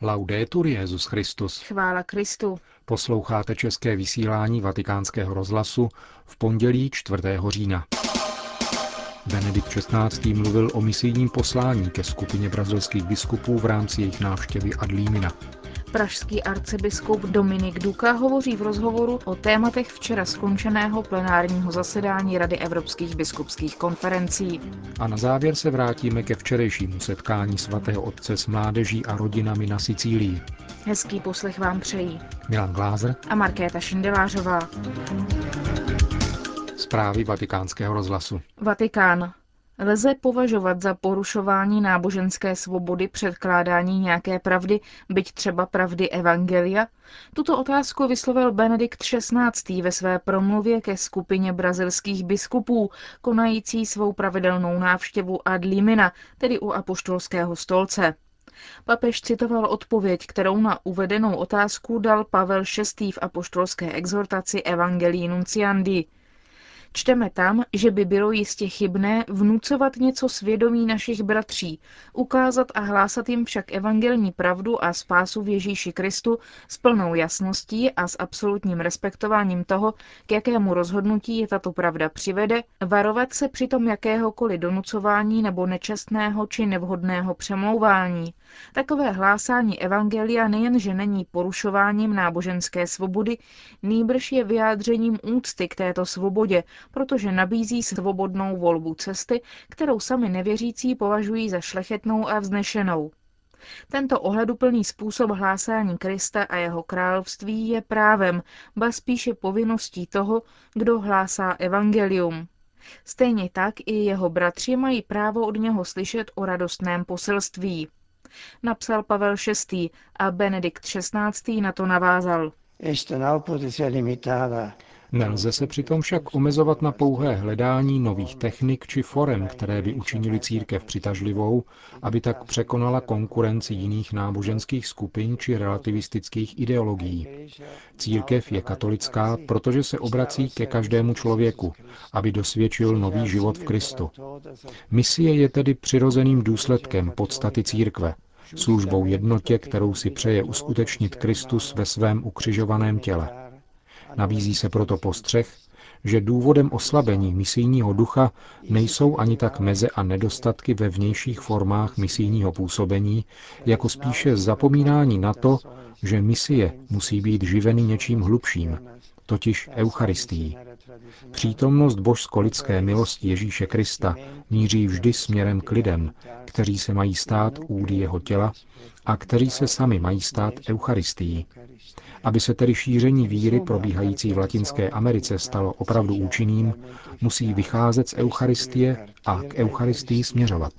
Laudetur Jesus Christus. Chvála Kristu. Posloucháte české vysílání Vatikánského rozhlasu v pondělí 4. října. Benedikt XVI. Mluvil o misijním poslání ke skupině brazilských biskupů v rámci jejich návštěvy ad limina. Pražský arcibiskup Dominik Duka hovoří v rozhovoru o tématech včera skončeného plenárního zasedání Rady evropských biskupských konferencí. A na závěr se vrátíme ke včerejšímu setkání svatého otce s mládeží a rodinami na Sicílii. Hezký poslech vám přejí Milan Glázer a Markéta Šindelářová. Zprávy Vatikánského rozhlasu. Vatikán. Lze považovat za porušování náboženské svobody předkládání nějaké pravdy, byť třeba pravdy evangelia? Tuto otázku vyslovil Benedikt XVI. Ve své promluvě ke skupině brazilských biskupů, konající svou pravidelnou návštěvu ad limina, tedy u apoštolského stolce. Papež citoval odpověď, kterou na uvedenou otázku dal Pavel VI. V apoštolské exhortaci Evangelii Nunciandi. Čteme tam, že by bylo jistě chybné vnucovat něco svědomí našich bratří, ukázat a hlásat jim však evangelní pravdu a spásu v Ježíši Kristu s plnou jasností a s absolutním respektováním toho, k jakému rozhodnutí je tato pravda přivede, varovat se přitom jakéhokoliv donucování nebo nečestného či nevhodného přemlouvání. Takové hlásání evangelia nejenže není porušováním náboženské svobody, nýbrž je vyjádřením úcty k této svobodě, protože nabízí svobodnou volbu cesty, kterou sami nevěřící považují za šlechetnou a vznešenou. Tento ohleduplný způsob hlásání Krista a jeho království je právem, ba spíše povinností toho, kdo hlásá evangelium. Stejně tak i jeho bratři mají právo od něho slyšet o radostném poselství. Napsal Pavel VI. A Benedikt XVI. Na to navázal. Nelze se přitom však omezovat na pouhé hledání nových technik či forem, které by učinili církev přitažlivou, aby tak překonala konkurenci jiných náboženských skupin či relativistických ideologií. Církev je katolická, protože se obrací ke každému člověku, aby dosvědčil nový život v Kristu. Misie je tedy přirozeným důsledkem podstaty církve, službou jednotě, kterou si přeje uskutečnit Kristus ve svém ukřižovaném těle. Nabízí se proto postřeh, že důvodem oslabení misijního ducha nejsou ani tak meze a nedostatky ve vnějších formách misijního působení, jako spíše zapomínání na to, že misie musí být živeny něčím hlubším, totiž Eucharistií. Přítomnost božsko-lidské milosti Ježíše Krista míří vždy směrem k lidem, kteří se mají stát údy jeho těla a kteří se sami mají stát Eucharistií. Aby se tedy šíření víry probíhající v Latinské Americe stalo opravdu účinným, musí vycházet z Eucharistie a k Eucharistii směřovat.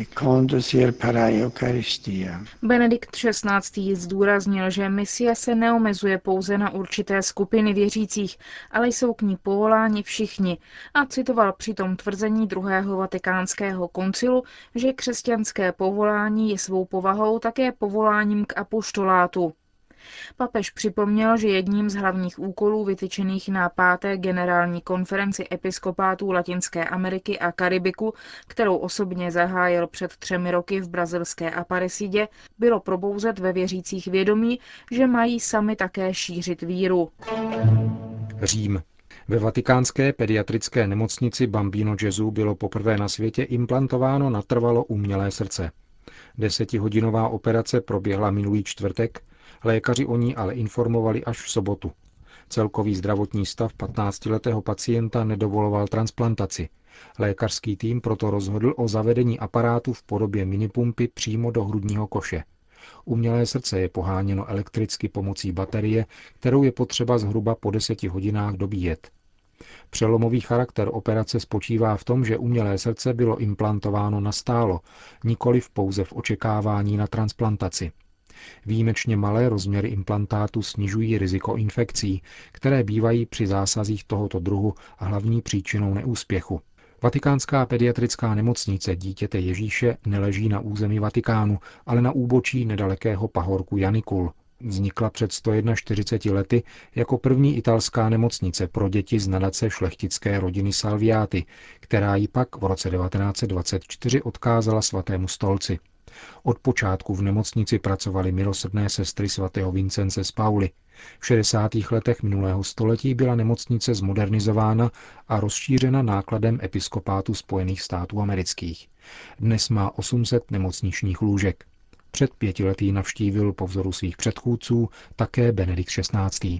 Benedikt XVI. Zdůraznil, že misie se neomezuje pouze na určité skupiny věřících, ale jsou k ní povoláni všichni a citoval přitom tvrzení druhého vatikánského koncilu, že křesťanské povolání je svou povahou také povoláním k apoštolátu. Papež připomněl, že jedním z hlavních úkolů vytyčených na 5. generální konferenci episkopátů Latinské Ameriky a Karibiku, kterou osobně zahájil před 3 roky v brazilské Aparecidě, bylo probouzet ve věřících vědomí, že mají sami také šířit víru. Řím. Ve vatikánské pediatrické nemocnici Bambino Gesù bylo poprvé na světě implantováno natrvalo umělé srdce. 10hodinová operace proběhla minulý čtvrtek, lékaři o ní ale informovali až v sobotu. Celkový zdravotní stav 15letého pacienta nedovoloval transplantaci. Lékařský tým proto rozhodl o zavedení aparátu v podobě minipumpy přímo do hrudního koše. Umělé srdce je poháněno elektricky pomocí baterie, kterou je potřeba zhruba po 10 hodinách dobíjet. Přelomový charakter operace spočívá v tom, že umělé srdce bylo implantováno nastálo, nikoliv pouze v očekávání na transplantaci. Výjimečně malé rozměry implantátu snižují riziko infekcí, které bývají při zásazích tohoto druhu hlavní příčinou neúspěchu. Vatikánská pediatrická nemocnice dítěte Ježíše neleží na území Vatikánu, ale na úbočí nedalekého pahorku Janikul. Vznikla před 141 lety jako první italská nemocnice pro děti z nadace šlechtické rodiny Salviati, která ji pak v roce 1924 odkázala svatému stolci. Od počátku v nemocnici pracovaly milosrdné sestry svatého Vincence z Pauly. V 60. letech minulého století byla nemocnice zmodernizována a rozšířena nákladem episkopátu Spojených států amerických. Dnes má 800 nemocničních lůžek. Před 5 lety ji navštívil po vzoru svých předchůdců také Benedikt XVI.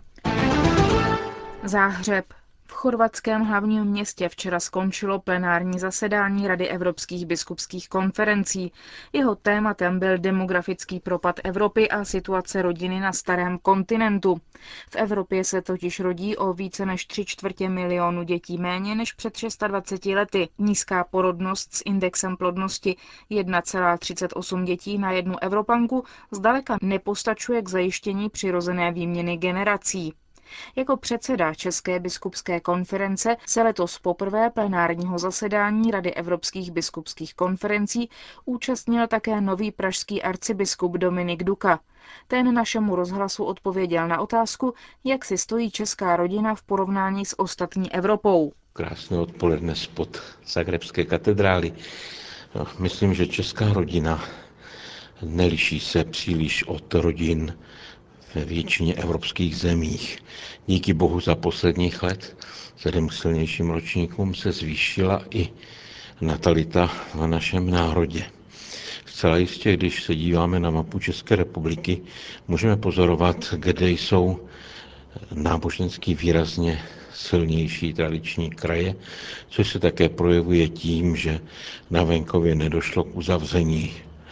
Záhřeb. V chorvatském hlavním městě včera skončilo plenární zasedání Rady evropských biskupských konferencí. Jeho tématem byl demografický propad Evropy a situace rodiny na starém kontinentu. V Evropě se totiž rodí o více než 3/4 milionu dětí méně než před 26 lety. Nízká porodnost s indexem plodnosti 1,38 dětí na jednu Evropanku zdaleka nepostačuje k zajištění přirozené výměny generací. Jako předseda České biskupské konference se letos poprvé plenárního zasedání Rady evropských biskupských konferencí účastnil také nový pražský arcibiskup Dominik Duka. Ten našemu rozhlasu odpověděl na otázku, jak si stojí česká rodina v porovnání s ostatní Evropou. Krásné odpoledne spod Zagrebské katedrály. Myslím, že česká rodina neliší se příliš od rodin ve většině evropských zemích. Díky bohu za posledních let vzhledem k silnějším ročníkům se zvýšila i natalita v našem národě. Zcela jistě, když se díváme na mapu České republiky, můžeme pozorovat, kde jsou nábožensky výrazně silnější tradiční kraje, což se také projevuje tím, že na venkově nedošlo k uzavření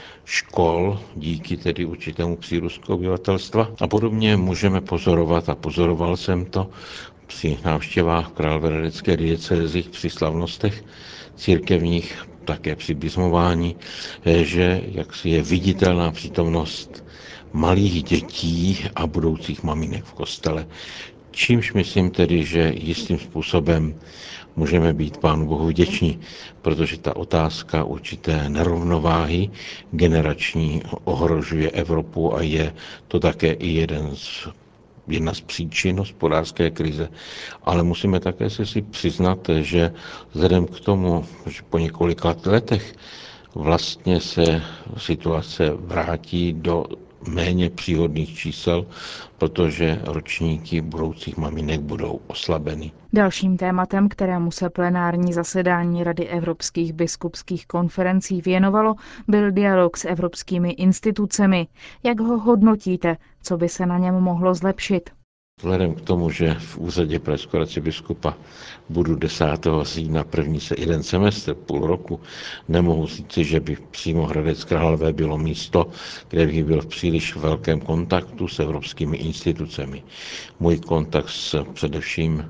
škol díky tedy určitému přírůstku obyvatelstva. A podobně můžeme pozorovat, a pozoroval jsem to při návštěvách královéhradecké diecézy, při slavnostech církevních, také při bismování, že jaksi je viditelná přítomnost malých dětí a budoucích maminek v kostele. Čímž myslím tedy, že jistým způsobem můžeme být Pánu Bohu vděční, protože ta otázka určité nerovnováhy generační ohrožuje Evropu a je to také i jedna z příčin hospodářské krize. Ale musíme také si přiznat, že vzhledem k tomu, že po několika letech vlastně se situace vrátí do méně příhodných čísel, protože ročníky budoucích maminek budou oslabeny. Dalším tématem, kterému se plenární zasedání Rady evropských biskupských konferencí věnovalo, byl dialog s evropskými institucemi. Jak ho hodnotíte? Co by se na něm mohlo zlepšit? Vzhledem k tomu, že v úřadě pražského arcibiskupa budu 10. října jeden semestr, půl roku, nemohu říci, že by přímo Hradec Králové bylo místo, kde bych byl v příliš velkém kontaktu s evropskými institucemi. Můj kontakt především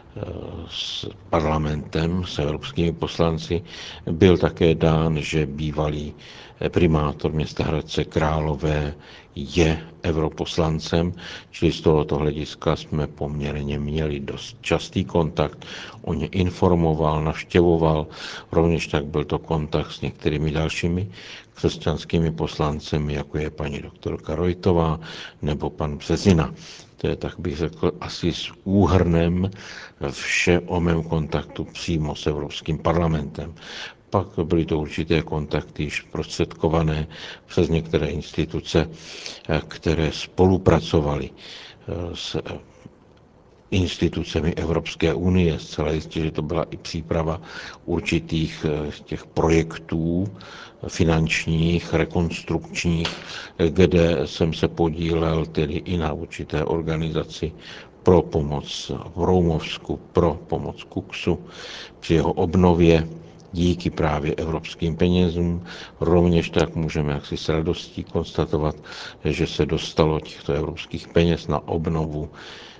s parlamentem, s evropskými poslanci, byl také dán, že bývalý primátor města Hradce Králové je europoslancem, čili z tohoto hlediska jsme poměrně měli dost častý kontakt, o ně informoval, navštěvoval, rovněž tak byl to kontakt s některými dalšími křesťanskými poslancemi, jako je paní doktorka Rojtová nebo pan Březina. To je, tak bych řekl, asi s úhrnem vše o mém kontaktu přímo s Evropským parlamentem. Pak byly to určité kontakty již prostředkované přes některé instituce, které spolupracovaly s institucemi Evropské unie. Zcela jistě, že to byla i příprava určitých těch projektů finančních, rekonstrukčních, kde jsem se podílel tedy i na určité organizaci pro pomoc v Roumovsku, pro pomoc Kuxu při jeho obnově díky právě evropským penězům. Rovněž tak můžeme jaksi s radostí konstatovat, že se dostalo těchto evropských peněz na obnovu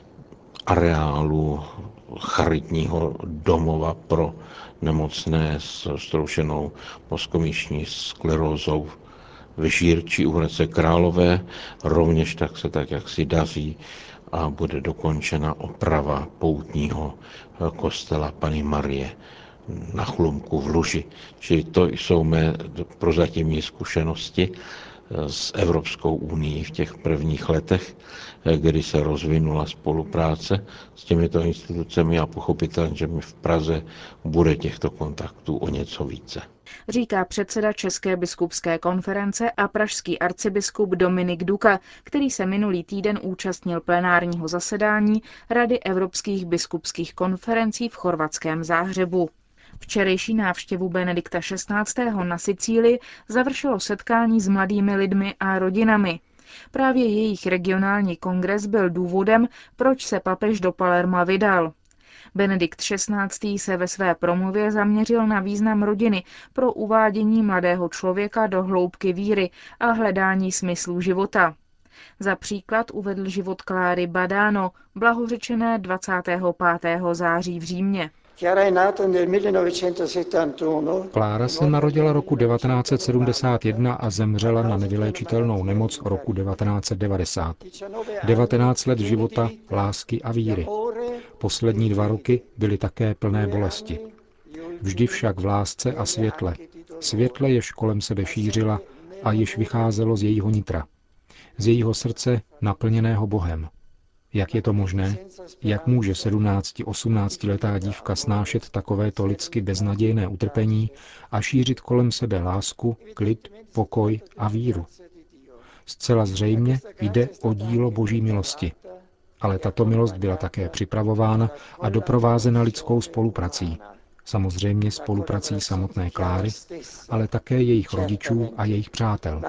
areálu charitního domova pro nemocné s roztroušenou mozkomíšní sklerózou v Žírči u Hradce Králové. Rovněž tak se tak jaksi daří a bude dokončena oprava poutního kostela Panny Marie na Chlumku v Luži. Čili to jsou mé prozatímní zkušenosti s Evropskou unií v těch prvních letech, kdy se rozvinula spolupráce s těmito institucemi a pochopitelně, že mi v Praze bude těchto kontaktů o něco více. Říká předseda České biskupské konference a pražský arcibiskup Dominik Duka, který se minulý týden účastnil plenárního zasedání Rady evropských biskupských konferencí v chorvatském Záhřebu. Včerejší návštěvu Benedikta XVI. Na Sicílii završilo setkání s mladými lidmi a rodinami. Právě jejich regionální kongres byl důvodem, proč se papež do Palerma vydal. Benedikt XVI. Se ve své promluvě zaměřil na význam rodiny pro uvádění mladého člověka do hloubky víry a hledání smyslu života. Za příklad uvedl život Clary Badano, blahořečené 25. září v Římě. Klára se narodila roku 1971 a zemřela na nevyléčitelnou nemoc roku 1990. 19 let života, lásky a víry. Poslední 2 roky byly také plné bolesti. Vždy však v lásce a světle. Světle, jež kolem sebe šířila a jež vycházelo z jejího nitra. Z jejího srdce naplněného Bohem. Jak je to možné? Jak může 17-18letá dívka snášet takovéto lidsky beznadějné utrpení a šířit kolem sebe lásku, klid, pokoj a víru? Zcela zřejmě jde o dílo Boží milosti. Ale tato milost byla také připravována a doprovázena lidskou spoluprací. Samozřejmě spoluprací samotné Kláry, ale také jejich rodičů a jejich přátel.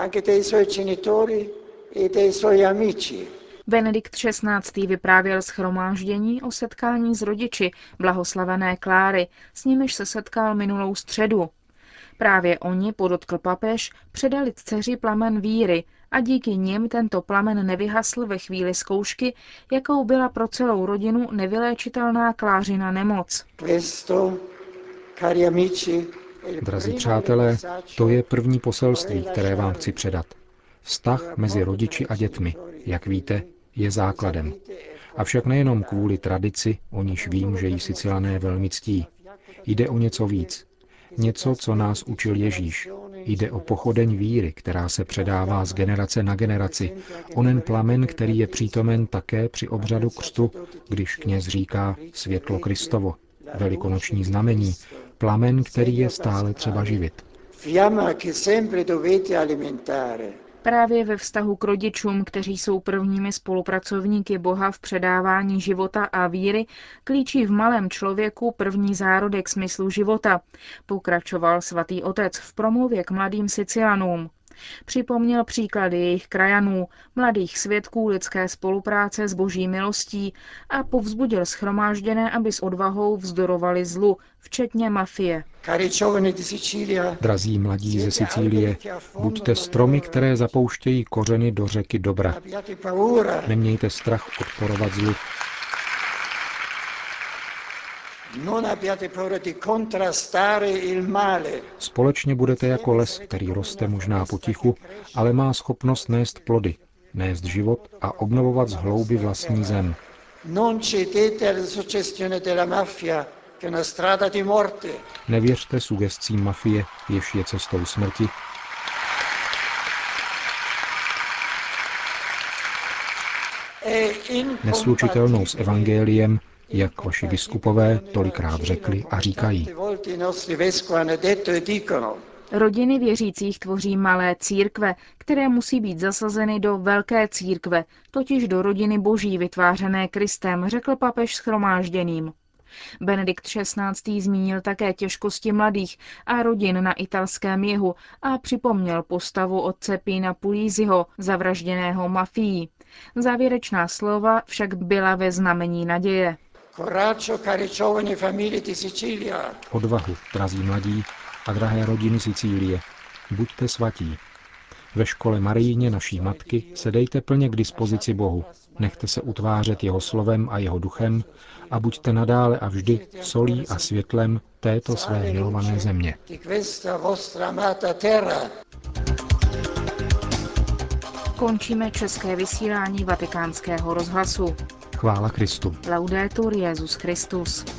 Benedikt XVI. Vyprávěl shromáždění o setkání s rodiči blahoslavené Kláry, s nimiž se setkal minulou středu. Právě oni, podotkl papež, předali dceři plamen víry a díky nim tento plamen nevyhasl ve chvíli zkoušky, jakou byla pro celou rodinu nevyléčitelná Klářina nemoc. Drazí přátelé, to je první poselství, které vám chci předat. Vztah mezi rodiči a dětmi, jak víte, je základem. Avšak nejenom kvůli tradici, o níž vím, že ji Sicílané velmi ctí. Jde o něco víc. Něco, co nás učil Ježíš. Jde o pochodeň víry, která se předává z generace na generaci. Onen plamen, který je přítomen také při obřadu křtu, když kněz říká světlo Kristovo, velikonoční znamení, plamen, který je stále třeba živit. Právě ve vztahu k rodičům, kteří jsou prvními spolupracovníky Boha v předávání života a víry, klíčí v malém člověku první zárodek smyslu života, pokračoval svatý otec v promluvě k mladým Sicílanům. Připomněl příklady jejich krajanů, mladých svědků lidské spolupráce s Boží milostí a povzbudil shromážděné, aby s odvahou vzdorovali zlu, včetně mafie. Drazí mladí ze Sicílie, buďte stromy, které zapouštějí kořeny do řeky dobra. Nemějte strach odporovat zlu. Společně budete jako les, který roste možná potichu, ale má schopnost nést plody, nést život a obnovovat z hloubi vlastní zem. Nevěřte sugestcím mafie, jež je cestou smrti, neslučitelnou s evangeliem, jak vaši biskupové tolikrát řekli a říkají. Rodiny věřících tvoří malé církve, které musí být zasazeny do velké církve, totiž do rodiny Boží vytvářené Kristem, řekl papež shromážděným. Benedikt XVI. Zmínil také těžkosti mladých a rodin na italském jihu a připomněl postavu otce Pina Puglisiho, zavražděného mafií. Závěrečná slova však byla ve znamení naděje. Odvahu, drazí mladí a drahé rodiny Sicílie, buďte svatí. Ve škole Marijně naší matky se dejte plně k dispozici Bohu. Nechte se utvářet jeho slovem a jeho duchem a buďte nadále a vždy solí a světlem této své milované země. Končíme české vysílání Vatikánského rozhlasu. Chvála Kristu. Laudetur Jesus Christus.